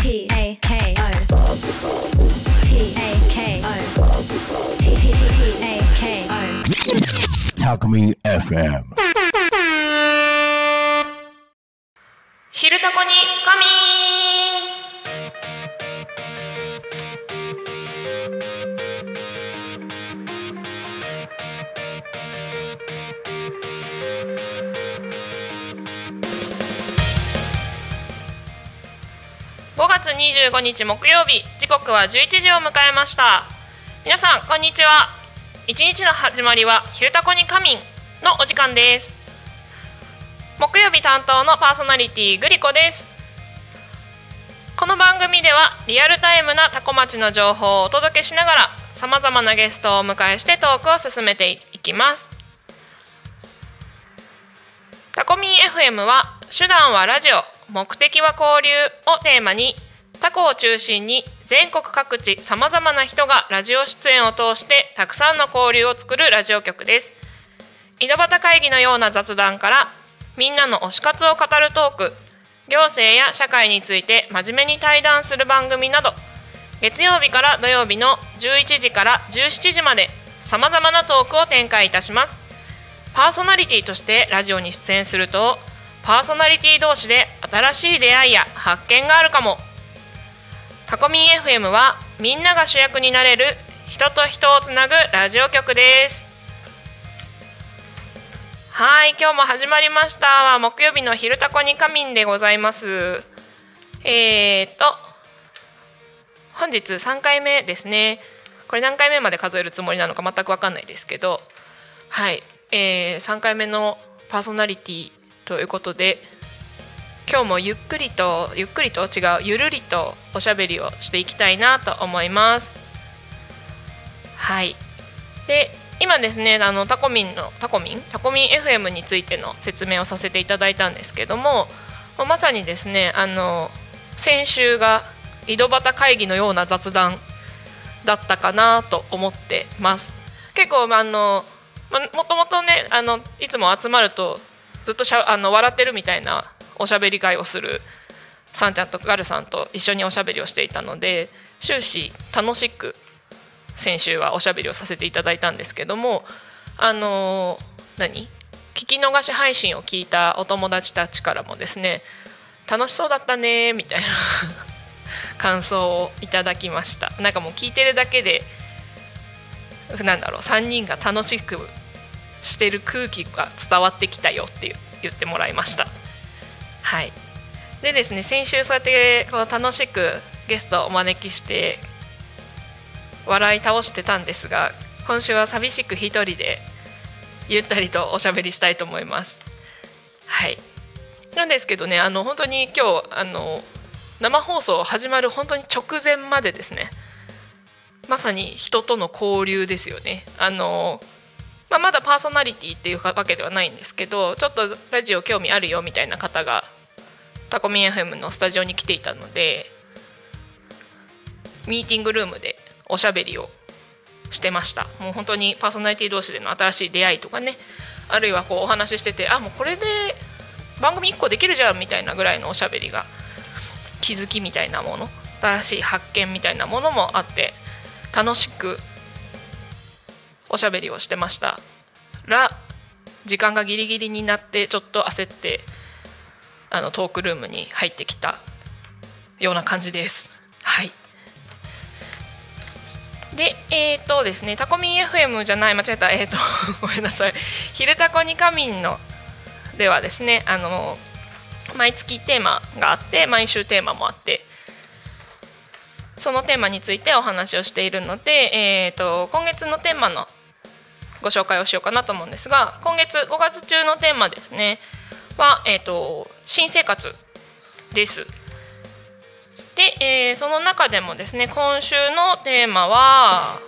タコミン FM 昼タコに仮眠。5月25日木曜日、時刻は11時を迎えました。皆さんこんにちは。一日の始まりは昼タコに仮眠のお時間です。木曜日担当のパーソナリティグリコです。この番組ではリアルタイムなタコ町の情報をお届けしながら、さまざまなゲストをお迎えしてトークを進めていきます。タコミン FM は手段はラジオ、目的は交流をテーマに、タコを中心に全国各地さまざまな人がラジオ出演を通してたくさんの交流を作るラジオ局です。井戸端会議のような雑談からみんなの推し活を語るトーク、行政や社会について真面目に対談する番組など、月曜日から土曜日の11時から17時までさまざまなトークを展開いたします。パーソナリティとしてラジオに出演すると、パーソナリティ同士で新しい出会いや発見があるかも。タコミン FM はみんなが主役になれる人と人をつなぐラジオ局です。はい、今日も始まりました。木曜日の昼タコに仮眠でございます。本日3回目ですね。これ何回目まで数えるつもりなのか全く分かんないですけど、はい、3回目のパーソナリティということで、今日もゆるりとおしゃべりをしていきたいなと思います。はい。で、今ですね、タコミン FM についての説明をさせていただいたんですけども、まさにですね、先週が井戸端会議のような雑談だったかなと思ってます。結構もともとね、いつも集まるとずっと笑ってるみたいなおしゃべり会をするさんちゃんとガルさんと一緒におしゃべりをしていたので、終始楽しく先週はおしゃべりをさせていただいたんですけども、聞き逃し配信を聞いたお友達たちからもですね、楽しそうだったねみたいな感想をいただきました。なんかもう聞いてるだけで3人が楽しくしてる空気が伝わってきたよって言ってもらいました。はい。でですね、先週そうやって楽しくゲストをお招きして笑い倒してたんですが、今週は寂しく一人でゆったりとおしゃべりしたいと思います。はい。なんですけどね、本当に今日生放送始まる本当に直前までですね、まさに人との交流ですよね。まだパーソナリティっていうわけではないんですけど、ちょっとラジオ興味あるよみたいな方がタコミン FM のスタジオに来ていたので、ミーティングルームでおしゃべりをしてました。もう本当にパーソナリティ同士での新しい出会いとかね、あるいはお話ししてて、もうこれで番組1個できるじゃんみたいなぐらいのおしゃべりが、気づきみたいなもの、新しい発見みたいなものもあって、楽しくおしゃべりをしてましたら、時間がギリギリになってちょっと焦ってトークルームに入ってきたような感じです。はい。で、ですね、タコミン FM じゃない、間違えた、ごめんなさい、昼タコに仮眠のではですね、毎月テーマがあって、毎週テーマもあって、そのテーマについてお話をしているので、今月のテーマのご紹介をしようかなと思うんですが、今月5月中のテーマですねは、新生活です。で、その中でもですね、今週のテーマは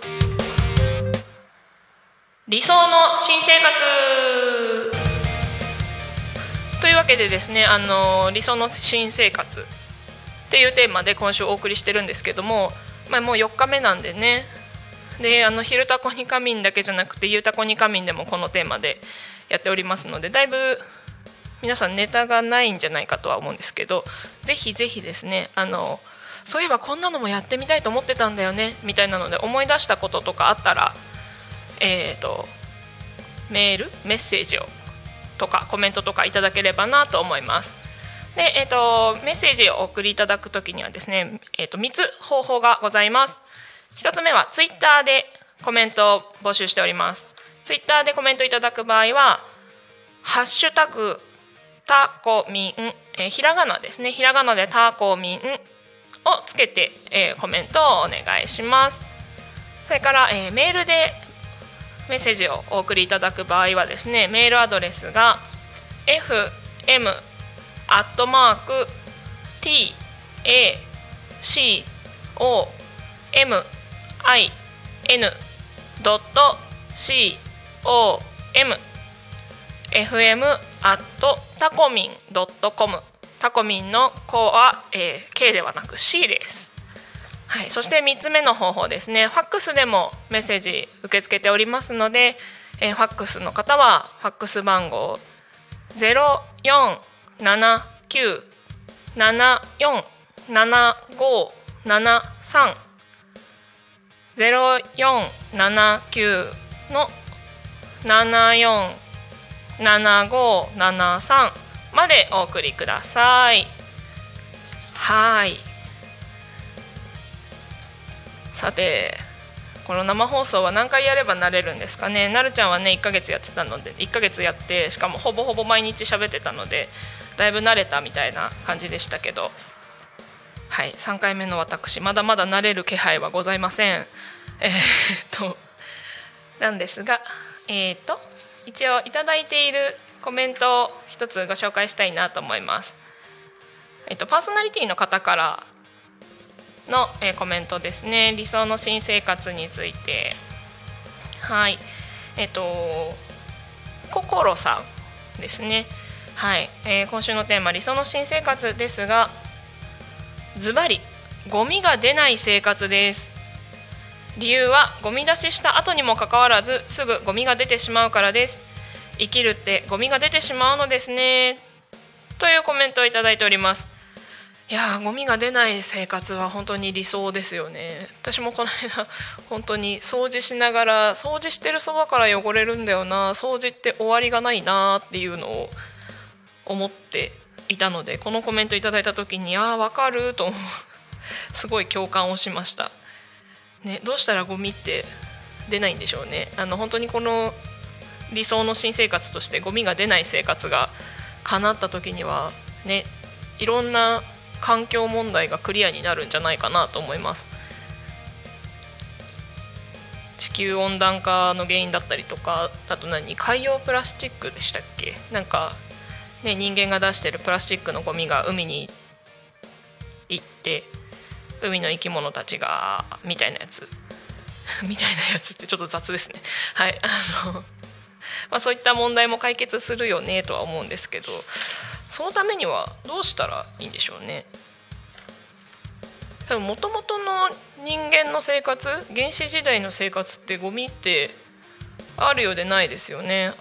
理想の新生活というわけでですね、理想の新生活っていうテーマで今週お送りしてるんですけども、もう4日目なんでね、で昼タコに仮眠だけじゃなくてゆうタコに仮眠でもこのテーマでやっておりますので、だいぶ皆さんネタがないんじゃないかとは思うんですけど、ぜひぜひですね、 そういえばこんなのもやってみたいと思ってたんだよねみたいなので思い出したこととかあったら、メッセージをとかコメントとかいただければなと思います。で、メッセージをお送りいただくときにはですね、3つ方法がございます。1つ目はツイッターでコメントを募集しております。ツイッターでコメントいただく場合はハッシュタグタコミン、ひらがなですね、ひらがなでタコミンをつけて、コメントをお願いします。それから、メールでメッセージをお送りいただく場合はですね、メールアドレスが fm@tacomin.com fm@tacomin.com タコミンの子は、K ではなく C です。はい、そして3つ目の方法ですね、ファックスでもメッセージ受け付けておりますので、ファックスの方はファックス番号 0479747573 0479の747573までお送りください。はい、さてこの生放送は何回やればなれるんですかね。なるちゃんはね1ヶ月やってたので、1ヶ月やってしかもほぼほぼ毎日喋ってたのでだいぶ慣れたみたいな感じでしたけど、はい、3回目の私まだまだ慣れる気配はございません。なんですが、一応いただいているコメントを一つご紹介したいなと思います。パーソナリティの方からの、コメントですね。理想の新生活について、はい、心さんですね。はい、今週のテーマ理想の新生活ですが、ズバリゴミが出ない生活です。理由はゴミ出しした後にもかかわらずすぐゴミが出てしまうからです。生きるってゴミが出てしまうのですね、というコメントをいただいております。いや、ゴミが出ない生活は本当に理想ですよね。私もこの間本当に掃除しながら、掃除してるそばから汚れるんだよな、掃除って終わりがないなっていうのを思っていたので、このコメントいただいた時に分かるとすごい共感をしました、ね。どうしたらゴミって出ないんでしょうね。本当にこの理想の新生活としてゴミが出ない生活が叶った時にはね、いろんな環境問題がクリアになるんじゃないかなと思います。地球温暖化の原因だったりとか、あと海洋プラスチックでしたっけ、なんかね、人間が出してるプラスチックのゴミが海に行って海の生き物たちがみたいなやつみたいなやつってちょっと雑ですね。はい、そういった問題も解決するよねとは思うんですけど、そのためにはどうしたらいいんでしょうね。もともとの人間の生活、原始時代の生活ってゴミってあるようでないですよね。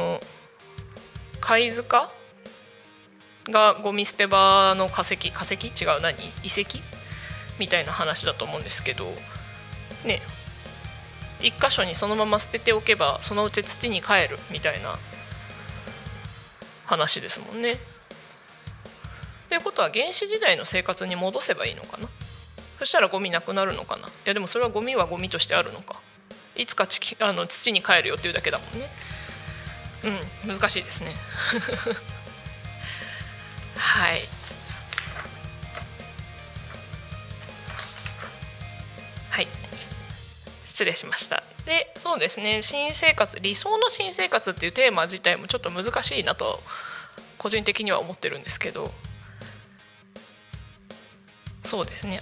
貝塚がゴミ捨て場の化石違う遺跡みたいな話だと思うんですけどね、一箇所にそのまま捨てておけばそのうち土に帰るみたいな話ですもんね。ということは原始時代の生活に戻せばいいのかな。そしたらゴミなくなるのかな。いやでもそれはゴミとしてあるのか。いつか土に帰るよっていうだけだもんね。難しいですねはい、はい、失礼しました。で、そうですね、新生活、理想の新生活っていうテーマ自体もちょっと難しいなと個人的には思ってるんですけど、そうですね、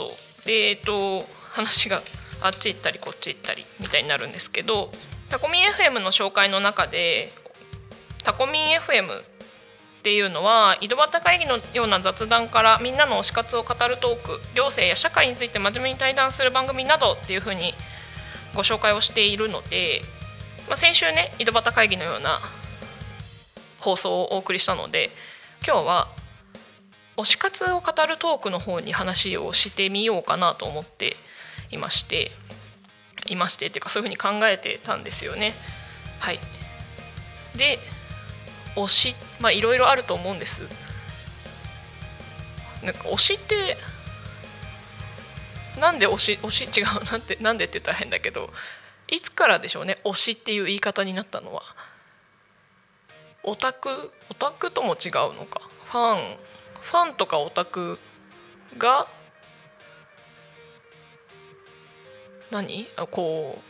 話があっち行ったりこっち行ったりみたいになるんですけど、タコミン FM の紹介の中でタコミン FM っていうのは井戸端会議のような雑談からみんなの推し活を語るトーク、行政や社会について真面目に対談する番組などっていうふうにご紹介をしているので、先週ね井戸端会議のような放送をお送りしたので、今日は推し活を語るトークの方に話をしてみようかなと思っていましてっていうか、そういうふうに考えてたんですよね。はい。で、推し、いろいろあると思うんです。なんか推しってなんで違うなんでって言ったら変だけど、いつからでしょうね、推しっていう言い方になったのは。オタクとも違うのか。ファンとかオタクがこ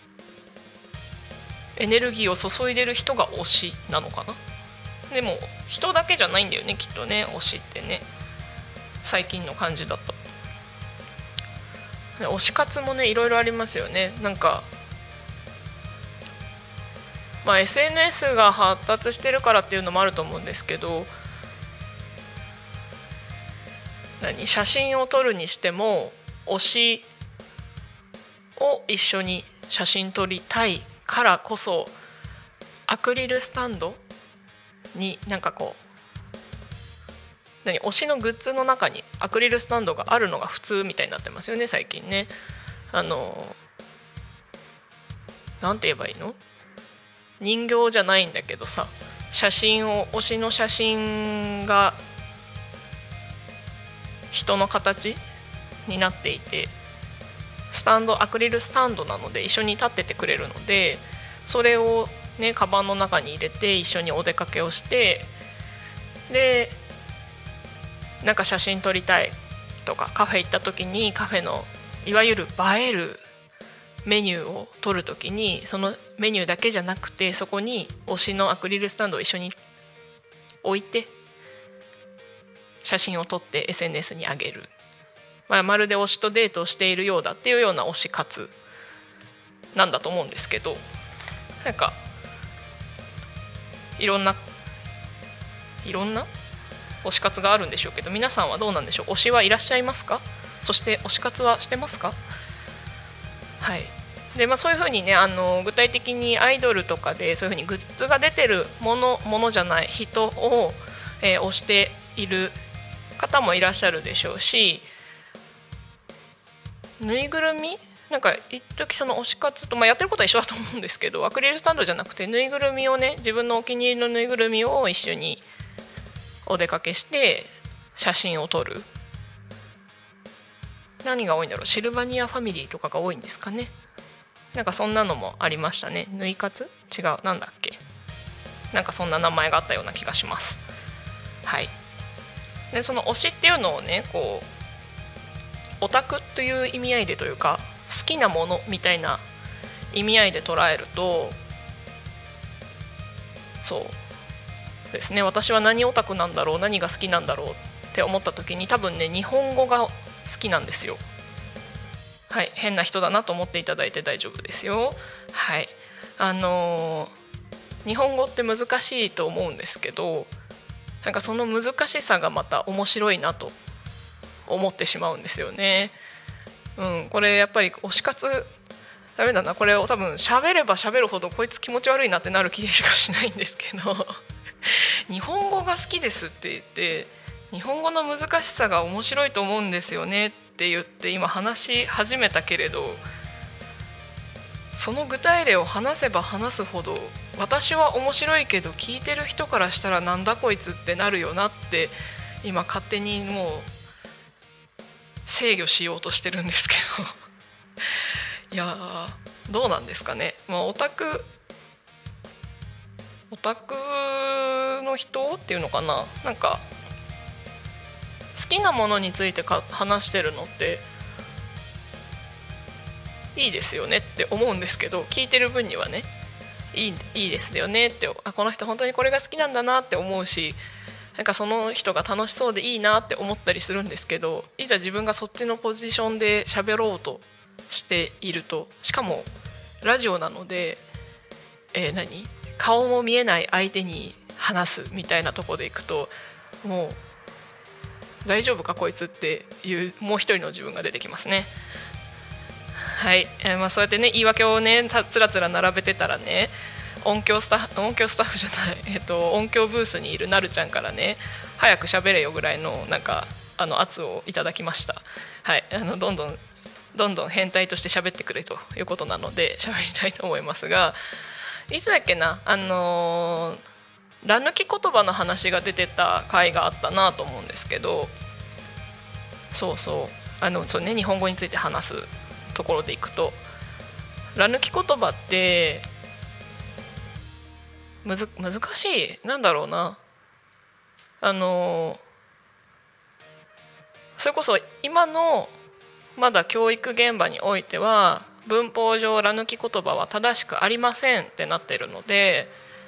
うエネルギーを注いでる人が推しなのかな。でも人だけじゃないんだよね、きっとね、推しってね、最近の感じだと。推し活もね、いろいろありますよね。なんかSNS が発達してるからっていうのもあると思うんですけど、写真を撮るにしても推しを一緒に写真撮りたいからこそ、アクリルスタンドに推しのグッズの中にアクリルスタンドがあるのが普通みたいになってますよね、最近ね。なんて言えばいいの、人形じゃないんだけどさ、推しの写真が人の形になっていて、アクリルスタンドなので一緒に立っててくれるので、それをね、カバンの中に入れて一緒にお出かけをして、でなんか写真撮りたいとか、カフェ行った時にカフェのいわゆる映えるメニューを撮る時に、そのメニューだけじゃなくて、そこに推しのアクリルスタンドを一緒に置いて写真を撮って SNS に上げる、まるで推しとデートをしているようだっていうような推し活なんだと思うんですけど、なんかいろんな推し活があるんでしょうけど、皆さんはどうなんでしょう。推しはいらっしゃいますか。そして推し活はしてますか。はい。でそういうふうにね、具体的にアイドルとかでそういうふうにグッズが出てるものじゃない人を、推している方もいらっしゃるでしょうし、ぬいぐるみなんか一時その推し活と、やってることは一緒だと思うんですけど、アクリルスタンドじゃなくてぬいぐるみをね、自分のお気に入りのぬいぐるみを一緒にお出かけして写真を撮る。何が多いんだろう、シルバニアファミリーとかが多いんですかね。なんかそんなのもありましたね。ぬい活違う、なんだっけ、なんかそんな名前があったような気がします。はい。でその推しっていうのをね、こうオタクという意味合いでというか、好きなものみたいな意味合いで捉えると、そうですね、私は何オタクなんだろう、何が好きなんだろうって思った時に、多分ね、日本語が好きなんですよ。はい、変な人だなと思っていただいて大丈夫ですよ。はい。日本語って難しいと思うんですけど、なんかその難しさがまた面白いなと思ってしまうんですよね。これやっぱり推し活ダメだな、これを多分喋れば喋るほどこいつ気持ち悪いなってなる気しかしないんですけど日本語が好きですって言って、日本語の難しさが面白いと思うんですよねって言って今話し始めたけれど、その具体例を話せば話すほど、私は面白いけど聞いてる人からしたらなんだこいつってなるよなって今勝手にもう制御しようとしてるんですけどいやどうなんですかね。オタクの人っていうのかな、なんか好きなものについて話してるのっていいですよねって思うんですけど、聞いてる分にはね、いいですよねって、この人本当にこれが好きなんだなって思うし、なんかその人が楽しそうでいいなって思ったりするんですけど、いざ自分がそっちのポジションで喋ろうとしていると、しかもラジオなので、顔も見えない相手に話すみたいなところでいくと、もう大丈夫かこいつっていうもう一人の自分が出てきますね。はい。そうやってね、言い訳をねつらつら並べてたらね、 音響スタッフじゃない、音響ブースにいるなるちゃんからね、早く喋れよぐらいのなんか圧をいただきました。はい、どんどん変態として喋ってくれということなので喋りたいと思いますが、いつだっけな、ら抜き言葉の話が出てた回があったなと思うんですけど、そうね、日本語について話すところでいくと、ら抜き言葉って難しい、なんだろうな、それこそ今のまだ教育現場においては文法上ら抜き言葉は正しくありませんってなってるので、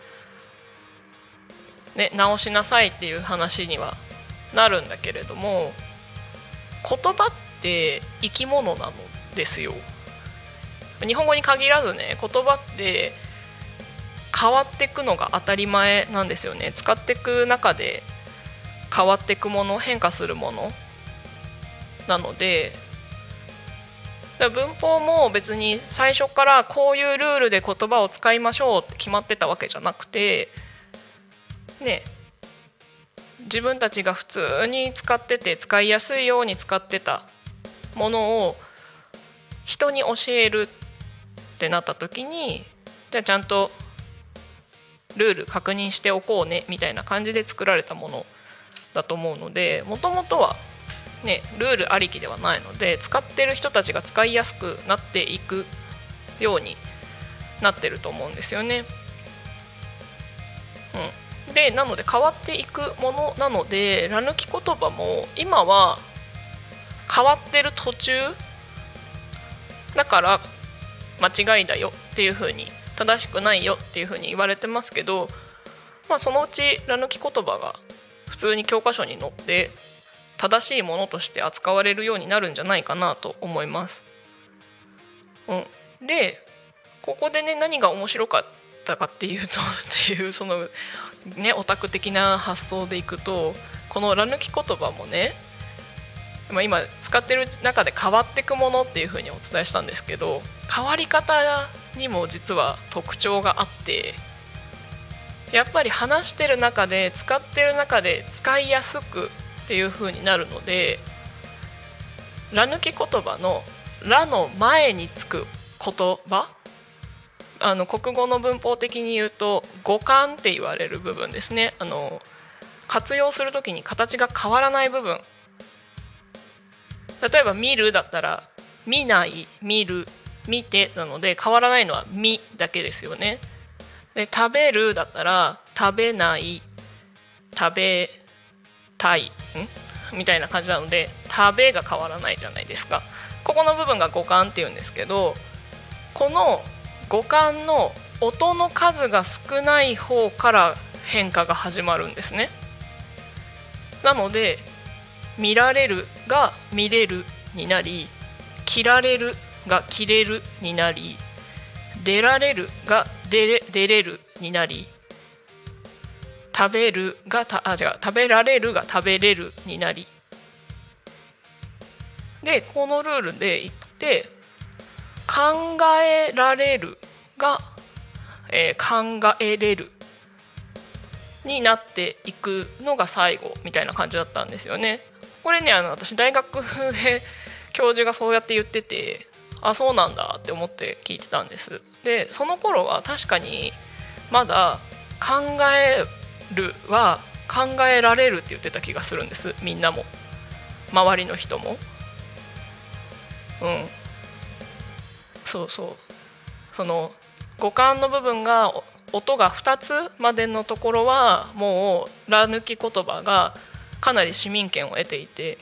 ね、直しなさいっていう話にはなるんだけれども、言葉って生き物なのですよ。日本語に限らずね、言葉って変わっていくのが当たり前なんですよね。使っていく中で変わっていくもの、変化するものなので、文法も別に最初からこういうルールで言葉を使いましょうって決まってたわけじゃなくてね、自分たちが普通に使ってて使いやすいように使ってたものを人に教えるってなった時に、じゃあちゃんとルール確認しておこうねみたいな感じで作られたものだと思うので、もともとはね、ルールありきではないので、使ってる人たちが使いやすくなっていくようになってると思うんですよね。でなので変わっていくものなので、ら抜き言葉も今は変わってる途中だから間違いだよっていう風に、正しくないよっていう風に言われてますけど、そのうちら抜き言葉が普通に教科書に載って正しいものとして扱われるようになるんじゃないかなと思います。でここでね、何が面白かったかっていうとっていう、そのね、オタク的な発想でいくと、このら抜き言葉もね、今使ってる中で変わっていくものっていうふうにお伝えしたんですけど、変わり方にも実は特徴があって、やっぱり話してる中で使ってる中で使いやすくっていう風になるので、ら抜き言葉のらの前につく言葉、国語の文法的に言うと語感って言われる部分ですね。活用するときに形が変わらない部分、例えば見るだったら見ない、見る、見てなので変わらないのは見だけですよね。で食べるだったら食べない、食べたいみたいな感じなので食べが変わらないじゃないですか。ここの部分が語感っていうんですけど、この語感の音の数が少ない方から変化が始まるんですね。なので見られるが見れるになり、切られるが切れるになり、出られるが出れるになり、食べるが食べられるが食べれるになり、でこのルールでいって考えられるが、考えれるになっていくのが最後みたいな感じだったんですよね。これね、私大学で教授がそうやって言ってて、あ、そうなんだって思って聞いてたんです。でその頃は確かにまだ考えるは考えられるって言ってた気がするんです。みんなも周りの人も。そうその語感の部分が音が2つまでのところはもうら抜き言葉がかなり市民権を得ていて、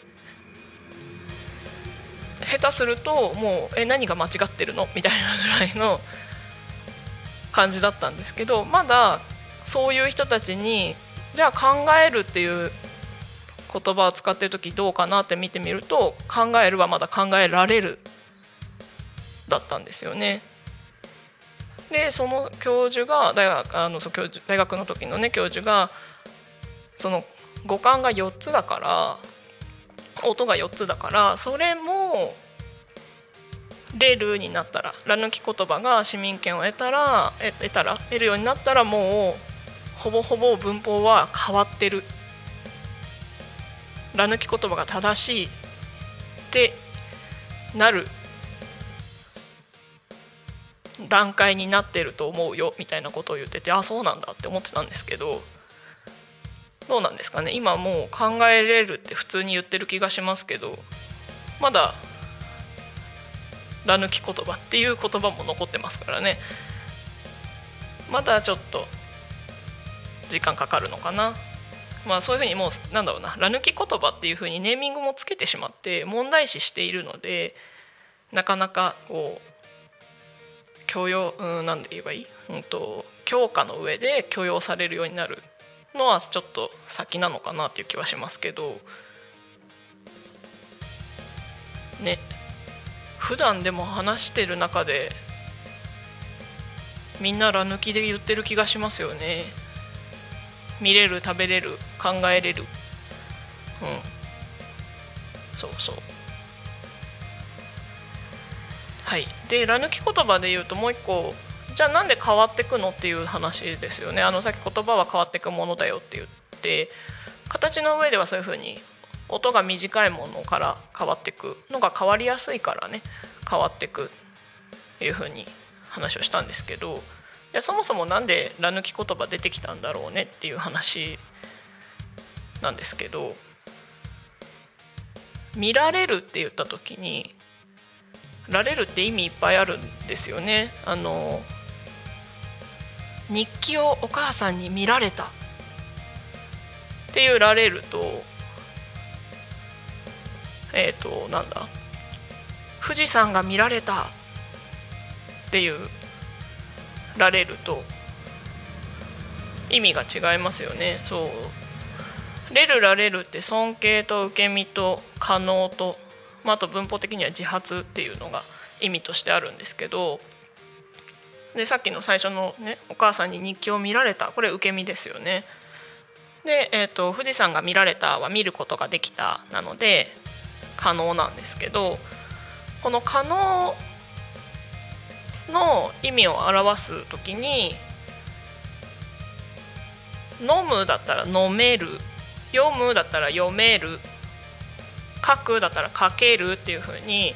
下手するともう何が間違ってるのみたいなぐらいの感じだったんですけど、まだそういう人たちにじゃあ考えるっていう言葉を使ってる時どうかなって見てみると、考えるはまだ考えられるだったんですよね。でその教授が大学の時のね教授が、その語感が4つだから、音が4つだから、それもれるになったら、ら抜き言葉が市民権を得るようになったら、もうほぼほぼ文法は変わってる、ら抜き言葉が正しいってなる段階になってると思うよみたいなことを言ってて、あ、そうなんだって思ってたんですけど、どうなんですかね。今もう考えれるって普通に言ってる気がしますけど、まだら抜き言葉っていう言葉も残ってますからね。まだちょっと時間かかるのかな。まあそういうふうにもうなんだろうな、ら抜き言葉っていうふうにネーミングもつけてしまって問題視しているので、なかなかこう許容、なんで言えばいい、強化の上で許容されるようになるのはちょっと先なのかなっていう気はしますけどね。普段でも話してる中でみんなら抜きで言ってる気がしますよね。見れる、食べれる、考えれる、そうそう。はい。でら抜き言葉で言うともう一個、じゃあなんで変わってくのっていう話ですよね。さっき言葉は変わってくものだよって言って、形の上ではそういうふうに音が短いものから変わってくのが変わりやすいからね、変わってくっていうふうに話をしたんですけど、いやそもそもなんでら抜き言葉出てきたんだろうねっていう話なんですけど、見られるって言った時にられるって意味いっぱいあるんですよね。日記をお母さんに見られたっていうられると、なんだ、富士山が見られたっていうられると意味が違いますよね。そうれるられるって尊敬と受け身と可能と、あと文法的には自発っていうのが意味としてあるんですけど、でさっきの最初のね、お母さんに日記を見られた、これ受け身ですよね。で、富士山が見られたは見ることができたなので可能なんですけど、この可能の意味を表すときに、飲むだったら飲める、読むだったら読める、書くだったら書けるっていう風に、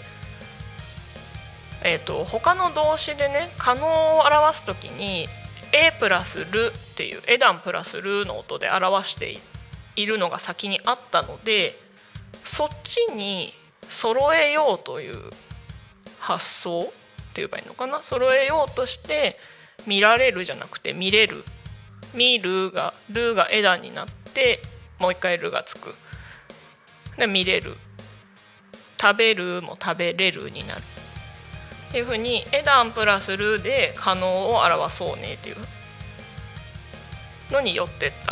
他の動詞でね、可能を表すときにえプラスるっていうエダンプラスるの音で表しているのが先にあったので、そっちに揃えようという発想って言えばいいのかな。揃えようとして見られるじゃなくて見れる、見るがるがエダンになってもう一回るがつくで見れる、食べるも食べれるになるっていうふうにエダンプラスるで可能を表そうねっていうのによってった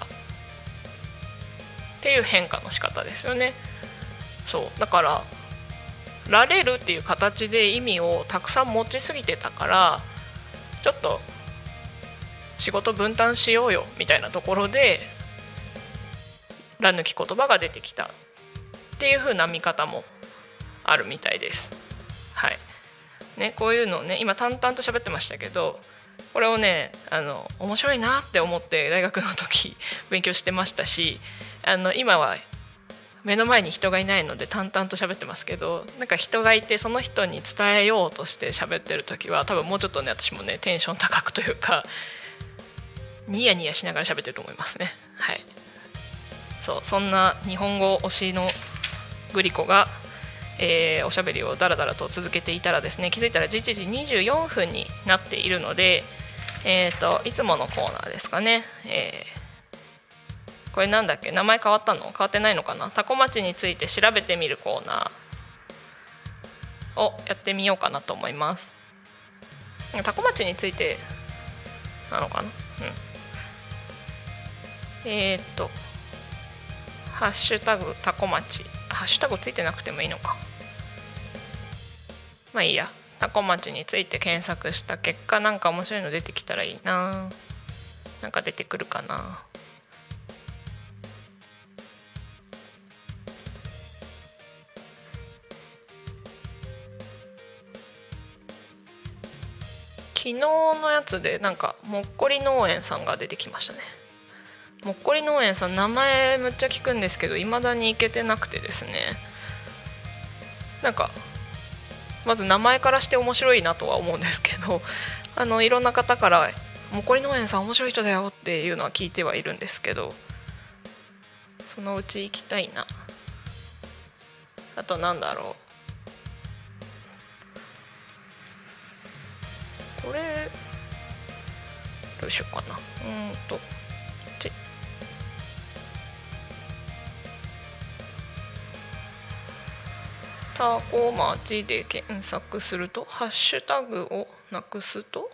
っていう変化の仕方ですよね。そうだからられるっていう形で意味をたくさん持ちすぎてたから、ちょっと仕事分担しようよみたいなところでら抜き言葉が出てきたっていう風な見方もあるみたいです。はいね、こういうのをね、今淡々と喋ってましたけど、これをね面白いなって思って大学の時勉強してましたし、今は目の前に人がいないので淡々と喋ってますけど、なんか人がいてその人に伝えようとして喋ってる時は多分もうちょっとね、私もねテンション高くというかニヤニヤしながら喋ってると思いますね。はい、そんな日本語推しのグリコが、おしゃべりをだらだらと続けていたらですね、気づいたら11時24分になっているので、いつものコーナーですかね。これなんだっけ、名前変わったの？変わってないのかな。タコ町について調べてみるコーナーをやってみようかなと思います。タコ町についてなのかな。ハッシュタグタコ町、ハッシュタグついてなくてもいいのか。まあいいや、タコ町について検索した結果、なんか面白いの出てきたらいいな。なんか出てくるかな。 昨日のやつでなんかもっこり農園さんが出てきましたね。もっこり農園さん名前むっちゃ聞くんですけど未だに行けてなくてですね、なんかまず名前からして面白いなとは思うんですけど、いろんな方からもっこり農園さん面白い人だよっていうのは聞いてはいるんですけど、そのうち行きたいな。あとなんだろう、これどうしようかな。タコ町で検索するとハッシュタグをなくすと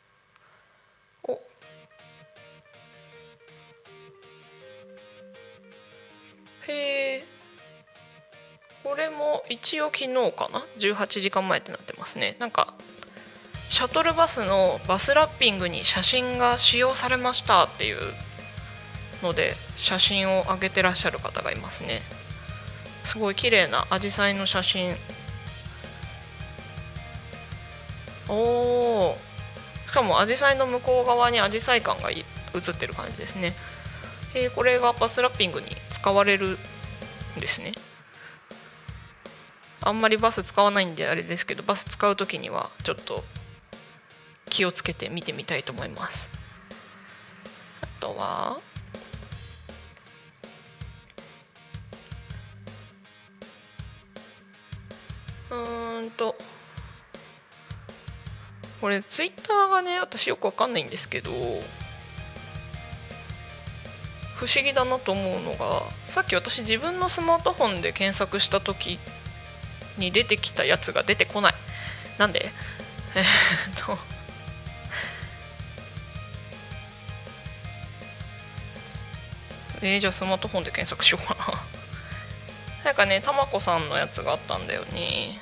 へえ、これも一応昨日かな、18時間前ってなってますね。なんかシャトルバスのバスラッピングに写真が使用されましたっていうので写真を上げてらっしゃる方がいますね。すごい綺麗なアジサイの写真。おー、しかもアジサイの向こう側にアジサイ感が映ってる感じですね。これがバスラッピングに使われるんですね。あんまりバス使わないんであれですけど、バス使う時にはちょっと気をつけて見てみたいと思います。あとはこれツイッターがね、私よくわかんないんですけど、不思議だなと思うのが、さっき私自分のスマートフォンで検索した時に出てきたやつが出てこない。なんでじゃあスマートフォンで検索しようかな。なんかね、たまこさんのやつがあったんだよね。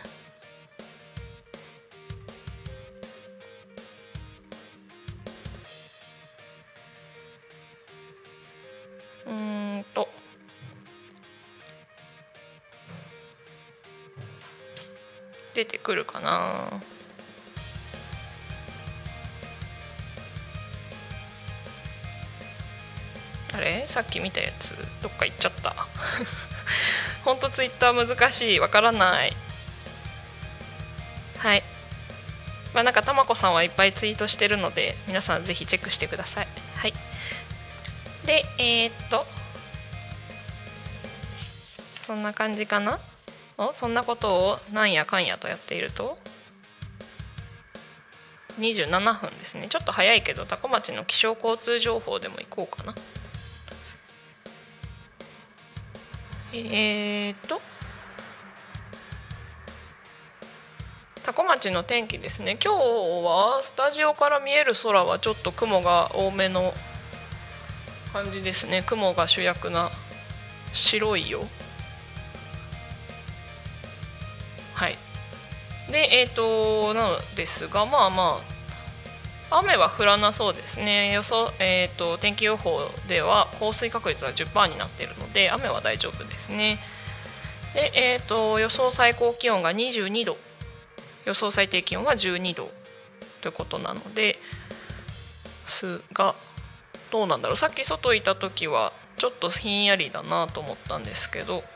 出てくるかな。あれ、さっき見たやつどっか行っちゃったほんとツイッター難しい、わからない。はい、まあなんかたまこさんはいっぱいツイートしてるので皆さんぜひチェックしてください。はい。でそんな感じかな。そんなことをなんやかんやとやっていると27分ですね。ちょっと早いけど多古町の気象交通情報でも行こうかな。多古町の天気ですね。今日はスタジオから見える空はちょっと雲が多めの感じですね。雲が主役な白いよ。はい。でなのですが、まあまあ雨は降らなそうですね。予想天気予報では降水確率は 10% になっているので雨は大丈夫ですね。で予想最高気温が22度、予想最低気温は12度ということなのですが、どうなんだろう。さっき外いた時はちょっとひんやりだなと思ったんですけど、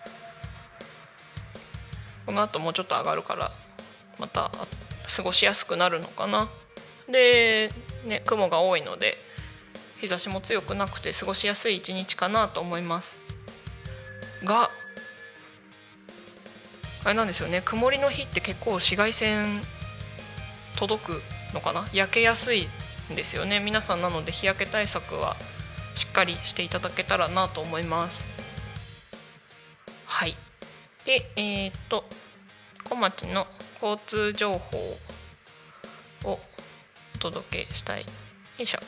この後もうちょっと上がるからまた過ごしやすくなるのかな。で、ね、雲が多いので日差しも強くなくて過ごしやすい一日かなと思いますが、あれなんですよね、曇りの日って結構紫外線届くのかな、焼けやすいんですよね皆さん。なので日焼け対策はしっかりしていただけたらなと思います。はい。で小町の交通情報をお届けしたい。よいしょ。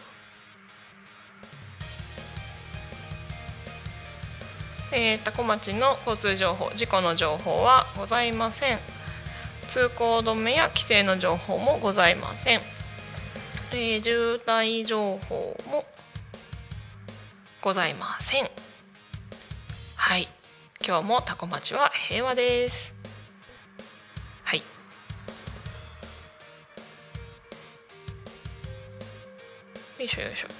多古町の交通情報、事故の情報はございません。通行止めや規制の情報もございません。渋滞情報もございません。はい。今日も多古町は平和です。はい。 よいしょよいしょ。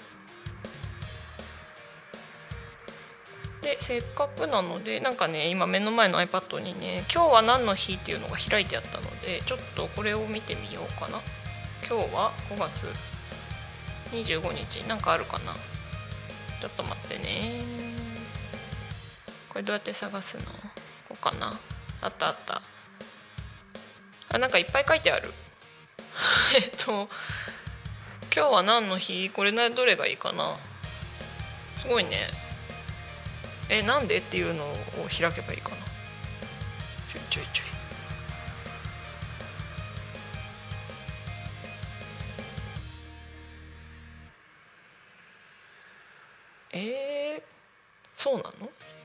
でせっかくなのでなんかね今目の前の iPad にね今日は何の日っていうのが開いてあったのでちょっとこれを見てみようかな。今日は5月25日なんかあるかな。ちょっと待ってね。これどうやって探すの？こうかな。あったあった。あ、なんかいっぱい書いてある今日は何の日？これどれがいいかな。すごいね。なんでっていうのを開けばいいかな。ちょいそうなの？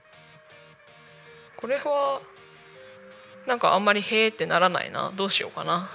これはなんかあんまりへーってならないな。どうしようかな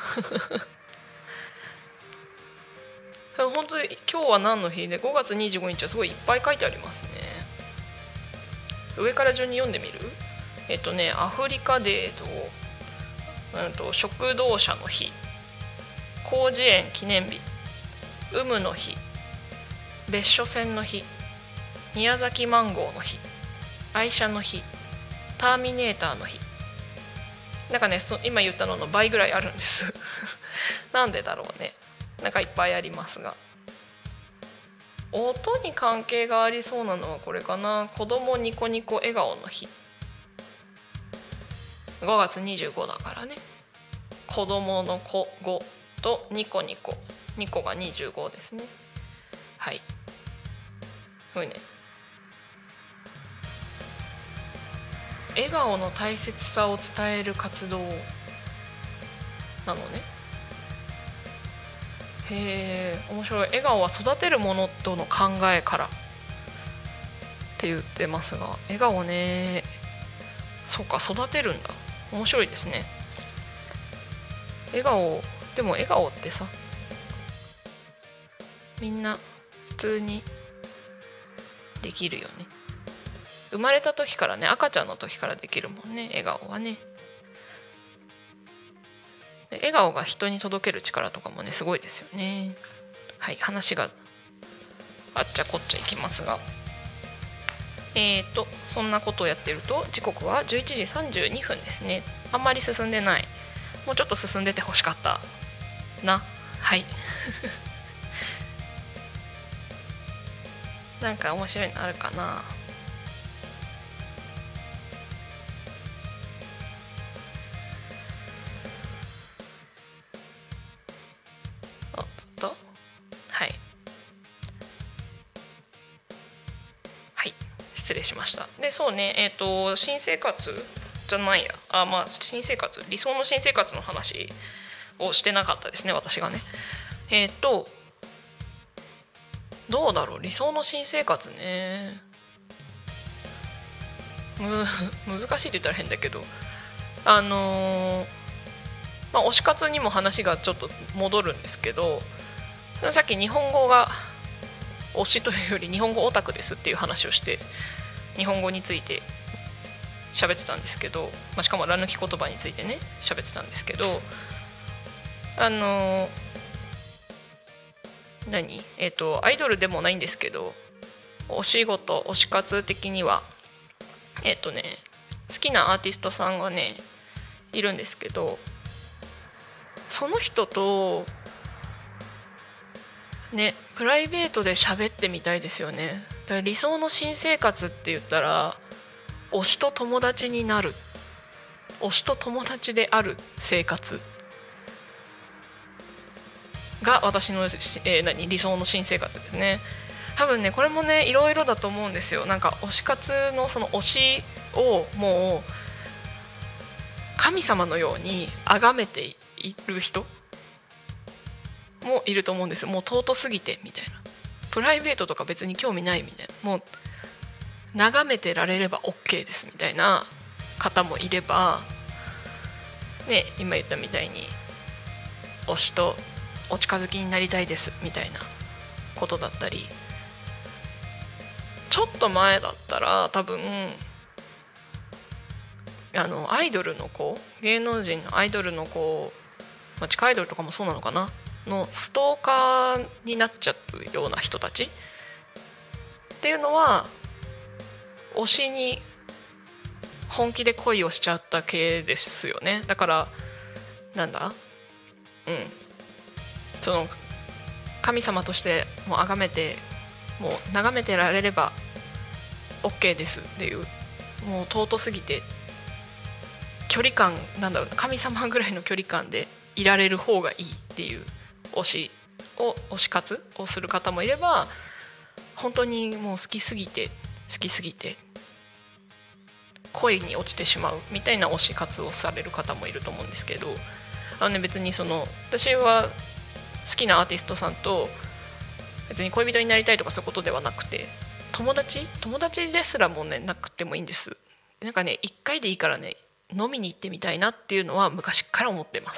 本当に今日は何の日で5月25日はすごいいっぱい書いてありますね。上から順に読んでみる？アフリカデーと、食堂車の日、広辞苑記念日、有無の日、別所線の日、宮崎マンゴーの日、愛車の日、ターミネーターの日。なんかね今言ったのの倍ぐらいあるんですなんでだろうね。なんかいっぱいありますが、音に関係がありそうなのはこれかな。子供ニコニコ笑顔の日。5月25だからね。子供の子5とニコニコ、ニコが25ですね。はい、すごいね。笑顔の大切さを伝える活動なのね。へえ、面白い。笑顔は育てるものとの考えからって言ってますが、笑顔ね、そうか、育てるんだ。面白いですね。笑顔、でも笑顔ってさ、みんな普通にできるよね。生まれた時からね、赤ちゃんの時からできるもんね、笑顔はね。で笑顔が人に届ける力とかもねすごいですよね。はい、話があっちゃこっちゃいきますが、そんなことをやってると時刻は11時32分ですね。あんまり進んでない。もうちょっと進んでてほしかったな。はいなんか面白いのあるかな。はいはい、失礼しました。でそうね、新生活じゃないや、新生活、理想の新生活の話をしてなかったですね、私がね。どうだろう、理想の新生活ね。難しいって言ったら変だけど、推し活にも話がちょっと戻るんですけど、さっき日本語が推しというより日本語オタクですっていう話をして日本語について喋ってたんですけど、しかもら抜き言葉についてね喋ってたんですけど、アイドルでもないんですけど、お仕事推し活的には好きなアーティストさんがねいるんですけど、その人とねプライベートで喋ってみたいですよね。だから理想の新生活って言ったら推しと友達になる、推しと友達である生活が私の、理想の新生活ですね。多分ねこれもねいろいろだと思うんですよ。なんか推し活のその推しをもう神様のように崇めている人もいると思うんですよ。もう尊すぎてみたいな、プライベートとか別に興味ないみたいな、もう眺めてられれば OK ですみたいな方もいればね、今言ったみたいに推しとお近づきになりたいですみたいなことだったり、ちょっと前だったら多分アイドルの子、芸能人のアイドルの子、地下アイドルとかもそうなのかなのストーカーになっちゃうような人たちっていうのは推しに本気で恋をしちゃった系ですよね。だからなんだ、その神様としてもう崇めてもう眺めてられれば OK ですっていう、もう尊すぎて距離感神様ぐらいの距離感でいられる方がいいっていう推し活をする方もいれば、本当にもう好きすぎて恋に落ちてしまうみたいな推し活をされる方もいると思うんですけど、別に私は好きなアーティストさんと別に恋人になりたいとかそういうことではなくて、友達ですらもねなくてもいいんです。なんかね、1回でいいからね飲みに行ってみたいなっていうのは昔から思ってます。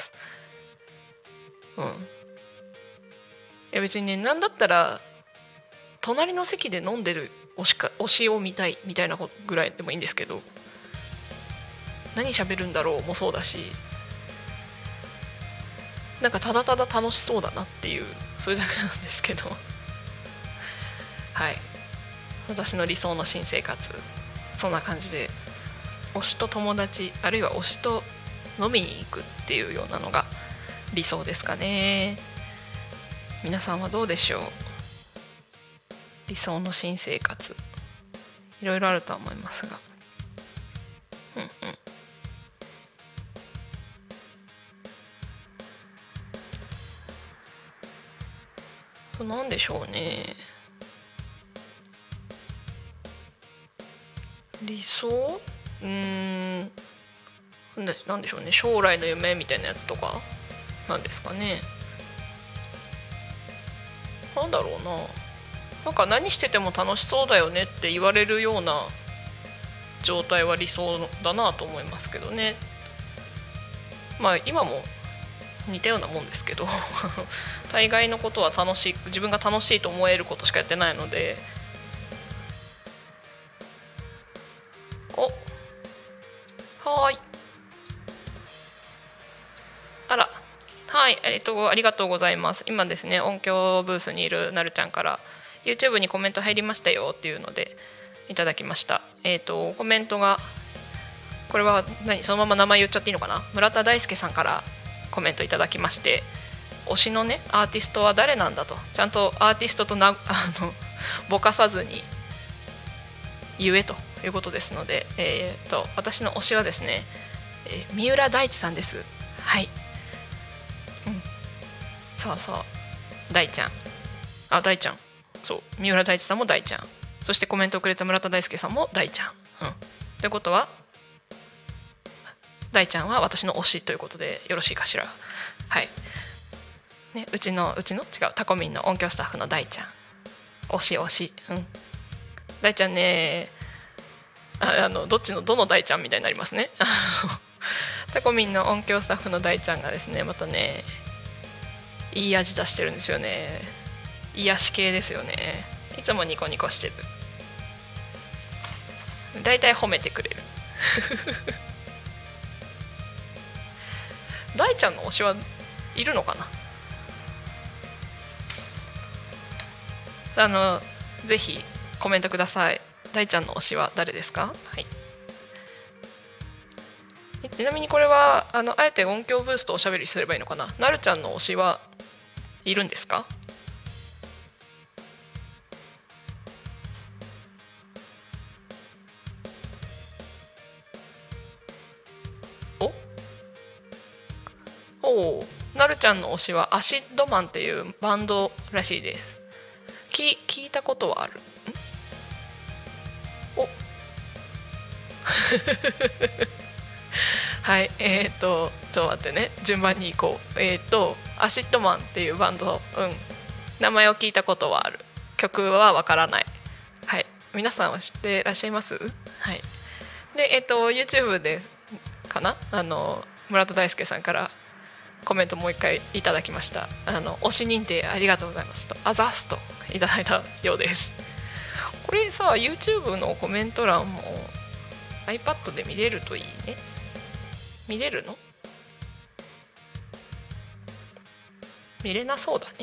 いや別にね、なんだったら隣の席で飲んでる推しを見たいみたいなぐらいでもいいんですけど、何喋るんだろうもそうだし、なんかただただ楽しそうだなっていう、それだけなんですけどはい、私の理想の新生活そんな感じで、推しと友達あるいは推しと飲みに行くっていうようなのが理想ですかね。皆さんはどうでしょう。理想の新生活いろいろあるとは思いますが、なんでしょうね。理想なんでしょうね。将来の夢みたいなやつとかなんですかね。なんだろうな、なんか何してても楽しそうだよねって言われるような状態は理想だなと思いますけどね。まあ今も似たようなもんですけど大概のことは自分が楽しいと思えることしかやってないので。はい、はい、ありがとうございます。今ですね、音響ブースにいるなるちゃんから YouTube にコメント入りましたよっていうのでいただきました。コメントがこれはそのまま名前言っちゃっていいのかな。村田大輔さんからコメントいただきまして、推しのねアーティストは誰なんだと、ちゃんとアーティストとぼかさずに言えということですので、私の推しはですね、三浦大知さんです。はい、そう大ちゃん、そう三浦大知さんも大ちゃん、そしてコメントをくれた村田大輔さんも大ちゃん、ということは大ちゃんは私の推しということでよろしいかしら。はい、ね、うちの違うタコミンの音響スタッフの大ちゃん推し、大ちゃんね、どの大ちゃんみたいになりますねタコミンの音響スタッフの大ちゃんがですね、またねいい味出してるんですよね。癒し系ですよね。いつもニコニコしてる。だいたい褒めてくれる大ちゃんの推しはいるのかな。ぜひコメントください。大ちゃんの推しは誰ですか。はい、ちなみにこれはあえて音響ブースとおしゃべりすればいいのかな。なるちゃんの推しはいるんですか。なるちゃんの推しはアシッドマンっていうバンドらしいです。聞いたことはある。はい、ちょっと待ってね、順番に行こう。アシッドマンっていうバンド、名前を聞いたことはある。曲はわからない。はい、皆さんは知ってらっしゃいます。はい、でYouTube でかな、村田大輔さんからコメントもう一回いただきました。推し認定ありがとうございますと、あざすといただいたようです。これさ YouTube のコメント欄も iPad で見れるといいね。見れるの？ 見れなそうだね。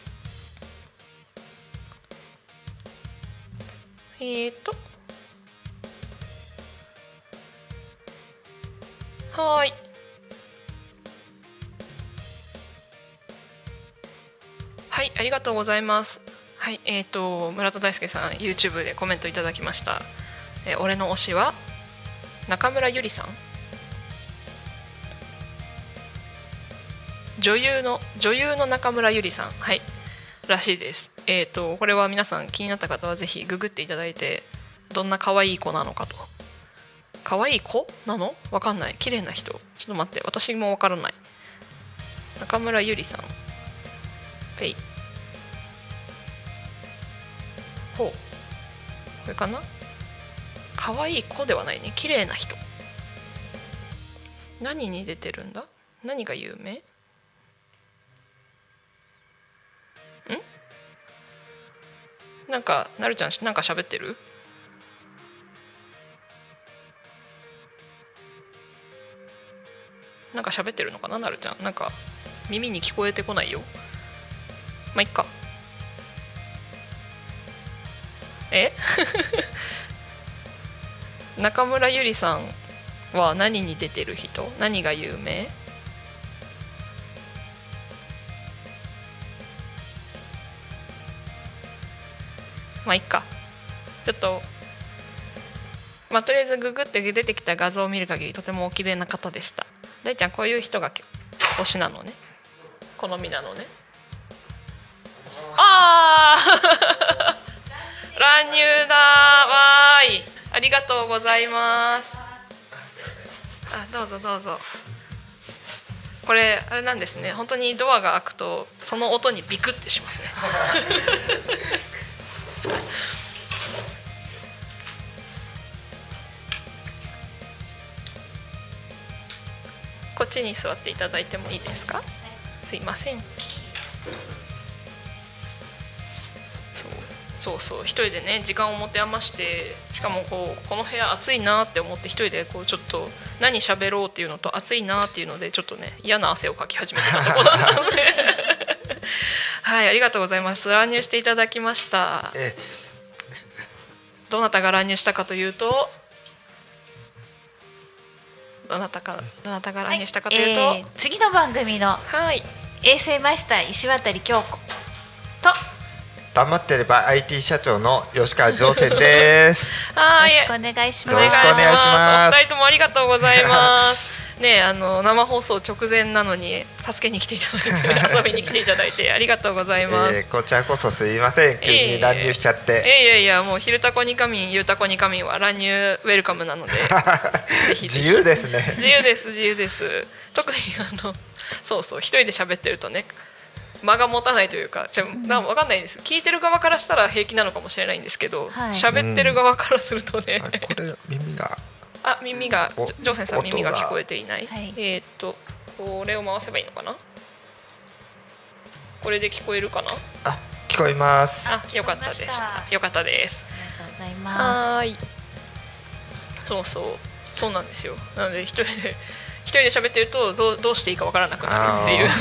はい。はい、ありがとうございます。はい、村田大輔さん YouTube でコメントいただきました。俺の推しは中村ゆりさん、女優の中村ゆりさん、はいらしいです。これは皆さん気になった方はぜひググっていただいて、どんな可愛い子なのかと。可愛い子なの？わかんない。綺麗な人。ちょっと待って、私もわからない。中村ゆりさん。ペイ。ほう。これかな？可愛い子ではないね。綺麗な人。何に出てるんだ？何が有名？なんかなるちゃんなんか喋ってる？なんか喋ってるのかな、なるちゃん。なんか耳に聞こえてこないよ。まあいっか。中村ゆりさんは何に出てる人？何が有名？まあいっか。ちょっとまあとりあえずググって出てきた画像を見る限りとてもお綺麗な方でした。大ちゃんこういう人が推しなのね、好みなのね。ああ乱入だわーい、ありがとうございます。あ、どうぞどうぞ。これあれなんですね、本当にドアが開くとその音にビクってしますねこっちに座っていただいてもいいですか？すいません。そう一人でね時間を持て余して、しかもこの部屋暑いなって思って一人でちょっと何喋ろうっていうのと暑いなっていうのでちょっとね嫌な汗をかき始めてたところだったのではい、ありがとうございます。乱入していただきました。どなたが乱入したかというと、どなたが乱入したかというと、 次の番組の衛星マスター石渡京子と黙ってれば IT 社長の吉川上泉です。 よろしくお願いします。 よろしくお願いします。 お二人ともありがとうございますね。生放送直前なのに助けに来ていただいて遊びに来ていただいてありがとうございます。 こちらこそすいません、急に乱入しちゃって。 いやもう昼タコニカミンゆうたこニカミンは乱入ウェルカムなのでぜひ自由ですね。 自由です。特にそう一人で喋ってるとね間が持たないというか、分かんないです。聞いてる側からしたら平気なのかもしれないんですけど、喋ってる側からするとね、 これ耳がジョーセンさん耳が聞こえていない。これを回せばいいのかな。これで聞こえるかな。 聞こえます。 よかったです。よかったです。 ありがとうございます。 はい。そうなんですよ。なので一人で喋ってるとどうしていいかわからなくなるっていう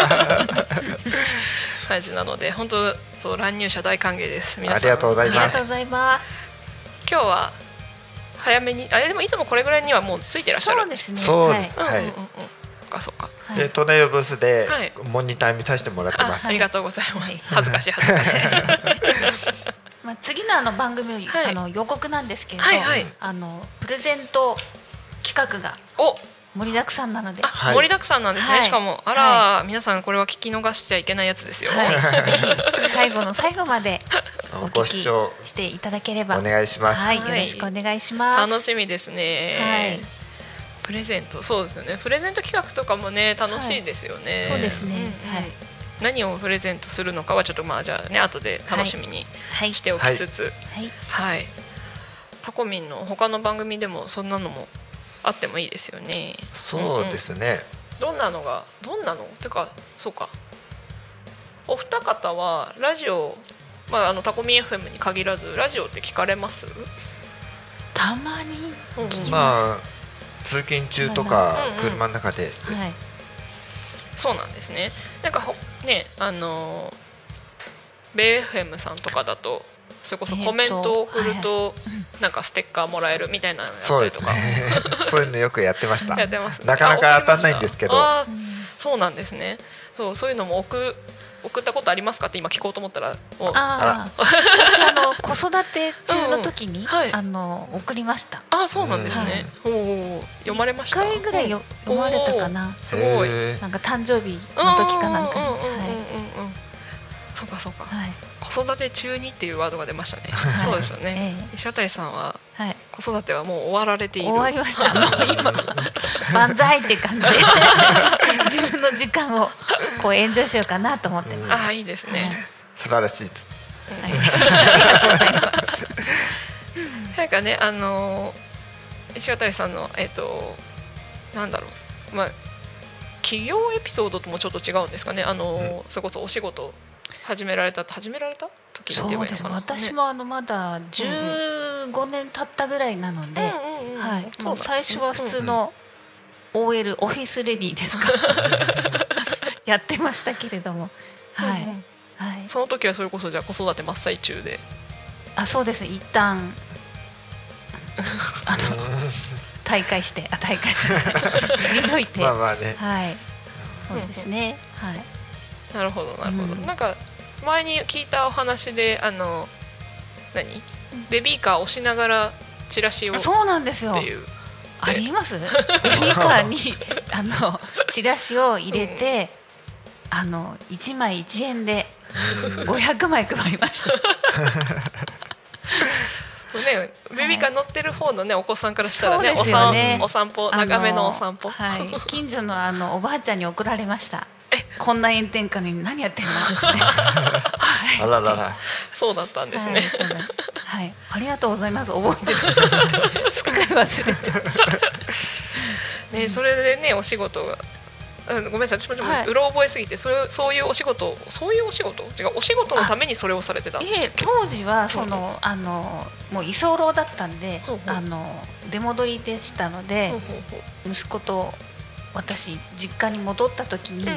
感じなので、本当乱入者大歓迎です。皆さんありがとうございます。 ありがとうございます。 今日は早めにでもいつもこれぐらいにはもうついてらっしゃる。 そうですね。 そうです。はい。 そうか。 で都内ブースでモニター見させてもらってます。 ありがとうございます。恥ずかしい。 次の番組予告なんですけれど、プレゼント企画が盛りだくさんなので、 盛りだくさんなんですね。しかも皆さんこれは聞き逃しちゃいけないやつですよ。 ぜひ最後の最後までご視聴していただければお願いします。 よろしくお願いします。 楽しみですね。プレゼント、そうですよね。プレゼント企画とかもね楽しいですよね。 そうですね。 何をプレゼントするのかはちょっとじゃあね後で楽しみにしておきつつ、タコミンの他の番組でもそんなのもあってもいいですよね。 そうですね。 どんなのてか、そうか。お二方はラジオ、タコミン FM に限らずラジオって聞かれます？ たまに聞きます。通勤中とか車の中で。 そうなんですね。なんかねベーフェムさんとかだとそれこそコメントを送るとなんかステッカーもらえるみたいなのやったりとか、 そういうのよくやってましたやってます、 なかなか当たんないんですけど。 そうなんですね。そういうのも送ったことありますかって今聞こうと思ったら、 私子育て中の時に、送りました。 そうなんですね。読まれました。 1回ぐらい読まれたかな。 すごい。 なんか誕生日の時かなんかに。 そうか、子育て中にっていうワードが出ましたね。そうですよね。石渡さんは子育てはもう終わられている。 終わりました。もう今万歳って感じで自分の時間をこうエンジョイしようかなと思ってます。 いいですね。 素晴らしいです。 ありがとうございます。 なんかね石渡さんのなんだろう企業エピソードともちょっと違うんですかね。それこそお仕事始められた時って言えばいいですかね。 私もまだ15年経ったぐらいなので、もう最初は普通の OL オフィスレディですかやってましたけれども、 その時はそれこそじゃあ子育て真っ最中で。 そうですね。一旦退会退いてまあね、 そうですね。 なるほど。なんか前に聞いたお話でベビーカーを押しながらチラシをそうなんですよ。ありますベビーカーにチラシを入れて、1枚1円で500枚配りましたベビーカー乗ってる方のお子さんからしたらお散歩長めのお散歩、 近所のおばあちゃんに送られました。こんな炎天下に何やってんのですねあららら。 そうだったんですね。 ありがとうございます。覚えてた。すっかり忘れてましたそれでねお仕事がごめんなさい、私もうろ覚えすぎてそういうお仕事違うお仕事のためにそれをされてたんでしたっけ。 当時はもう居候だったんで出戻りでしたので、息子と私実家に戻った時に、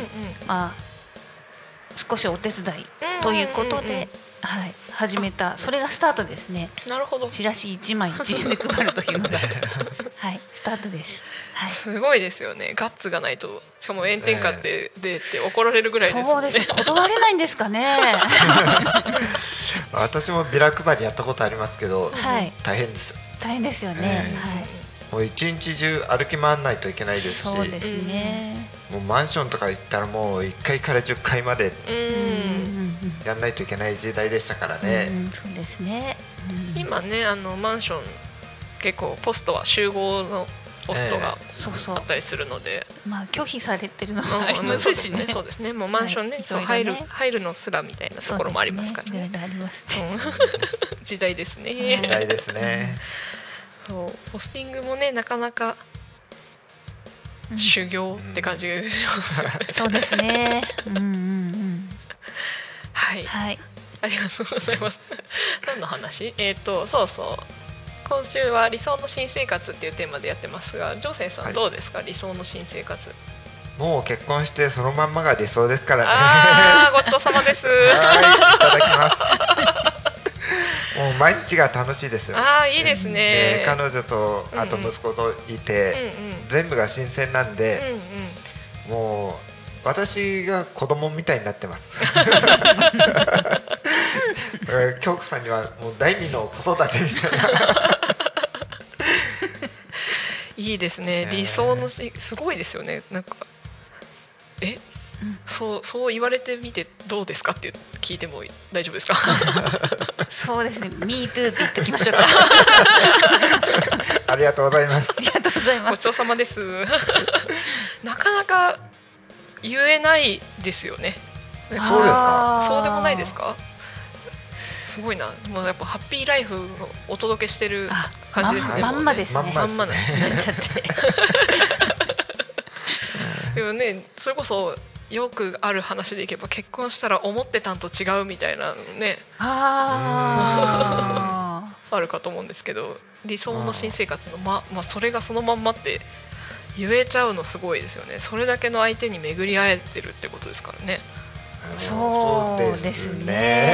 少しお手伝いということで、始めた。それがスタートですね。 なるほど。 チラシ1枚1円で配るというのがスタートです。 すごいですよね。ガッツがないと。しかも炎天下でって怒られるぐらいですもんね。 そうです。断れないんですかね私もビラ配りやったことありますけど、大変ですよ。 大変ですよね。 もう一日中歩き回らないといけないですし、 そうですね。 もうマンションとか行ったらもう1階から10階までやんないといけない時代でしたからね。 そうですね。 今ねマンション結構ポストは集合のポストがあったりするので、 拒否されてるのもありますしね。 そうですね。もうマンションね、入るのすらみたいなところもありますからね。 いろいろありますね。 時代ですね。 時代ですね。 ポスティングもねなかなか修行って感じがしますよね。 そうですね。 はい、ありがとうございます。何の話？今週は理想の新生活っていうテーマでやってますが、ジョーセンさんどうですか？理想の新生活。 もう結婚してそのまんまが理想ですからね。 ごちそうさまです。 いただきます。もう毎日が楽しいですよ。 いいですね。 彼女とあと息子といて、全部が新鮮なんで、もう私が子供みたいになってます。京子さんにはもう第二の子育てみたいな。 いいですね。理想のすごいですよね。なんかそう言われてみてどうですかって聞いても大丈夫ですか？ そうですね。Me too って言っときましょうか。 ありがとうございます。 ありがとうございます。 ごちそうさまです。なかなか言えないですよね。 そうですか？ そうでもないですか？すごいな。もうやっぱハッピーライフをお届けしてる感じですね。 まんまですね。 まんまですね。 なっちゃって。 でもね、それこそよくある話でいけば結婚したら思ってたんと違うみたいなねあるかと思うんですけど、理想の新生活のそれがそのまんまって言えちゃうのすごいですよね。それだけの相手に巡り合えてるってことですからね。 そうですね。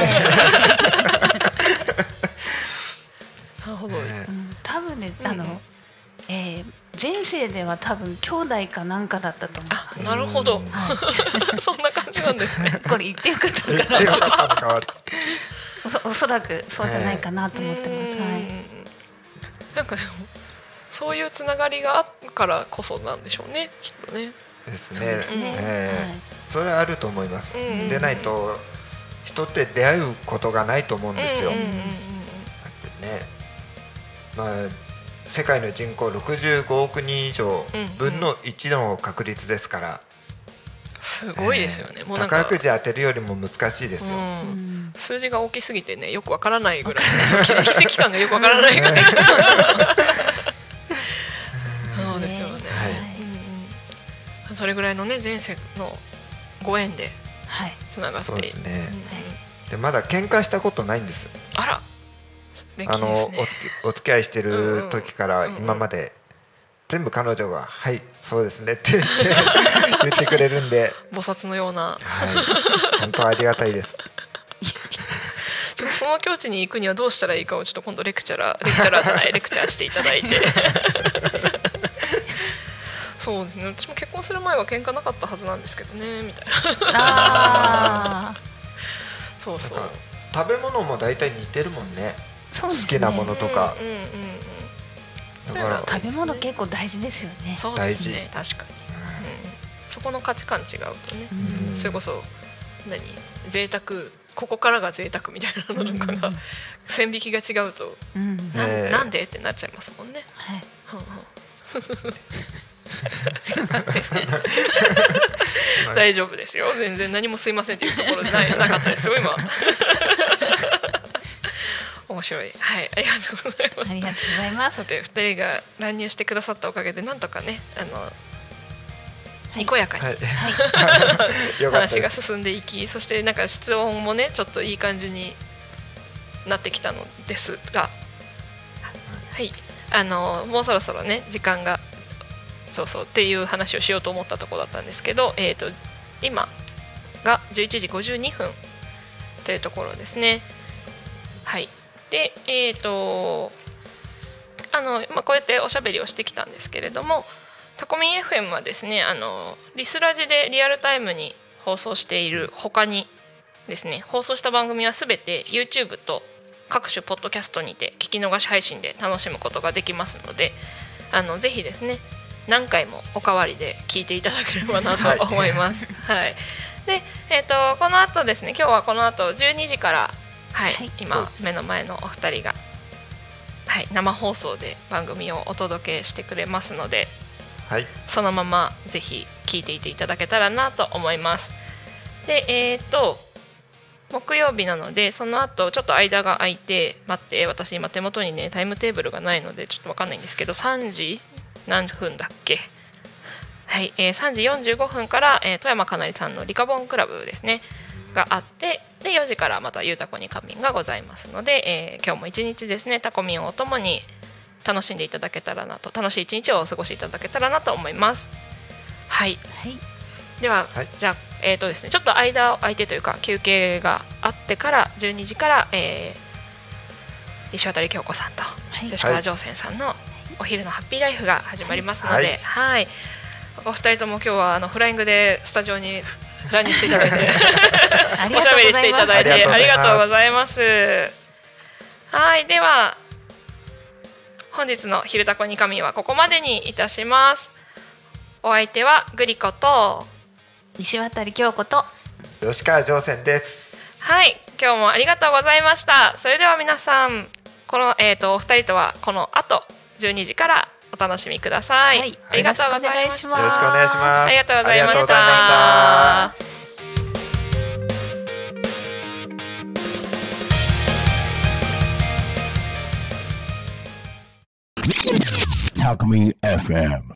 なるほど、 多分ね、前世では多分兄弟かなんかだったと思う。 なるほど、そんな感じなんですね。 これ言ってよかったのかな。おそらくそうじゃないかなと思ってます。 なんかでもそういうつながりがあるからこそなんでしょうね、きっとね。 ですね。それはあると思います。でないと人って出会うことがないと思うんですよ。世界の人口65億人以上分の1の確率ですから、 すごいですよね。 もうなんか宝くじ当てるよりも難しいですよ。 数字が大きすぎてね、よくわからないぐらい奇跡感がよくわからないぐらいそうですよね、それぐらいのね前世のご縁でつながっている、そうですね。 でまだ喧嘩したことないんです。 あら、 お付き合いしてる時から今まで全部彼女がはいそうですねって言ってくれるんで、 菩薩のような、 本当ありがたいです。 ちょっとその境地に行くにはどうしたらいいかをちょっと今度レクチャーしていただいてそうですね、私も結婚する前は喧嘩なかったはずなんですけどねみたいなそうそう、 食べ物も大体似てるもんね。 そうですね、 好きなものとか、 だから食べ物結構大事ですよね。 そうですね、確かに、そこの価値観違うとね、それこそ贅沢、ここからが贅沢みたいなのとかが、線引きが違うと、なんでってなっちゃいますもんね。すいません大丈夫ですよ、全然何もすいませんっていうところでなかったですよ今面白い、はい、ありがとうございます。 ありがとうございます。 さて2人が乱入してくださったおかげでなんとかねにこやかに、話が進んでいき、そしてなんか室温もねちょっといい感じになってきたのですが、はい、もうそろそろね時間がそうっていう話をしようと思ったところだったんですけど、今が11時52分というところですね。はい。でこうやっておしゃべりをしてきたんですけれども、タコミン FM はですねリスラジでリアルタイムに放送している他にですね、放送した番組はすべて YouTube と各種ポッドキャストにて聞き逃し配信で楽しむことができますので、ぜひですね何回もおかわりで聞いていただければなと思います。はい。で、この後ですね、今日はこの後12時から、今目の前のお二人が、生放送で番組をお届けしてくれますので、そのままぜひ聞いていていただけたらなと思います。で、木曜日なのでその後ちょっと間が空いて待って、私今手元にねタイムテーブルがないのでちょっと分かんないんですけど、3時何分だっけ、はい、3時45分から、富山かなりさんのリカボンクラブですねがあって、で4時からまたゆうたこに仮眠がございますので、今日も一日ですねタコミンをおともに楽しんでいただけたらなと、楽しい一日をお過ごしいただけたらなと思います。はい、では、じゃあですね、ちょっと間を空いてというか休憩があってから12時から、石渡京子さんと吉川上泉さんのお昼のハッピーライフが始まりますので、お二人とも今日はフライングでスタジオに乱入していただいておしゃべりしていただいてありがとうございます。はい、では本日の昼タコに神はここまでにいたします。お相手はグリコと石渡京子と吉川上泉です。 はい、今日もありがとうございました。それでは皆さんこの、お二人とはこの後12時からお楽しみください。ありがとうございました。 よろしくお願いします。 ありがとうございました。 Talk Me FM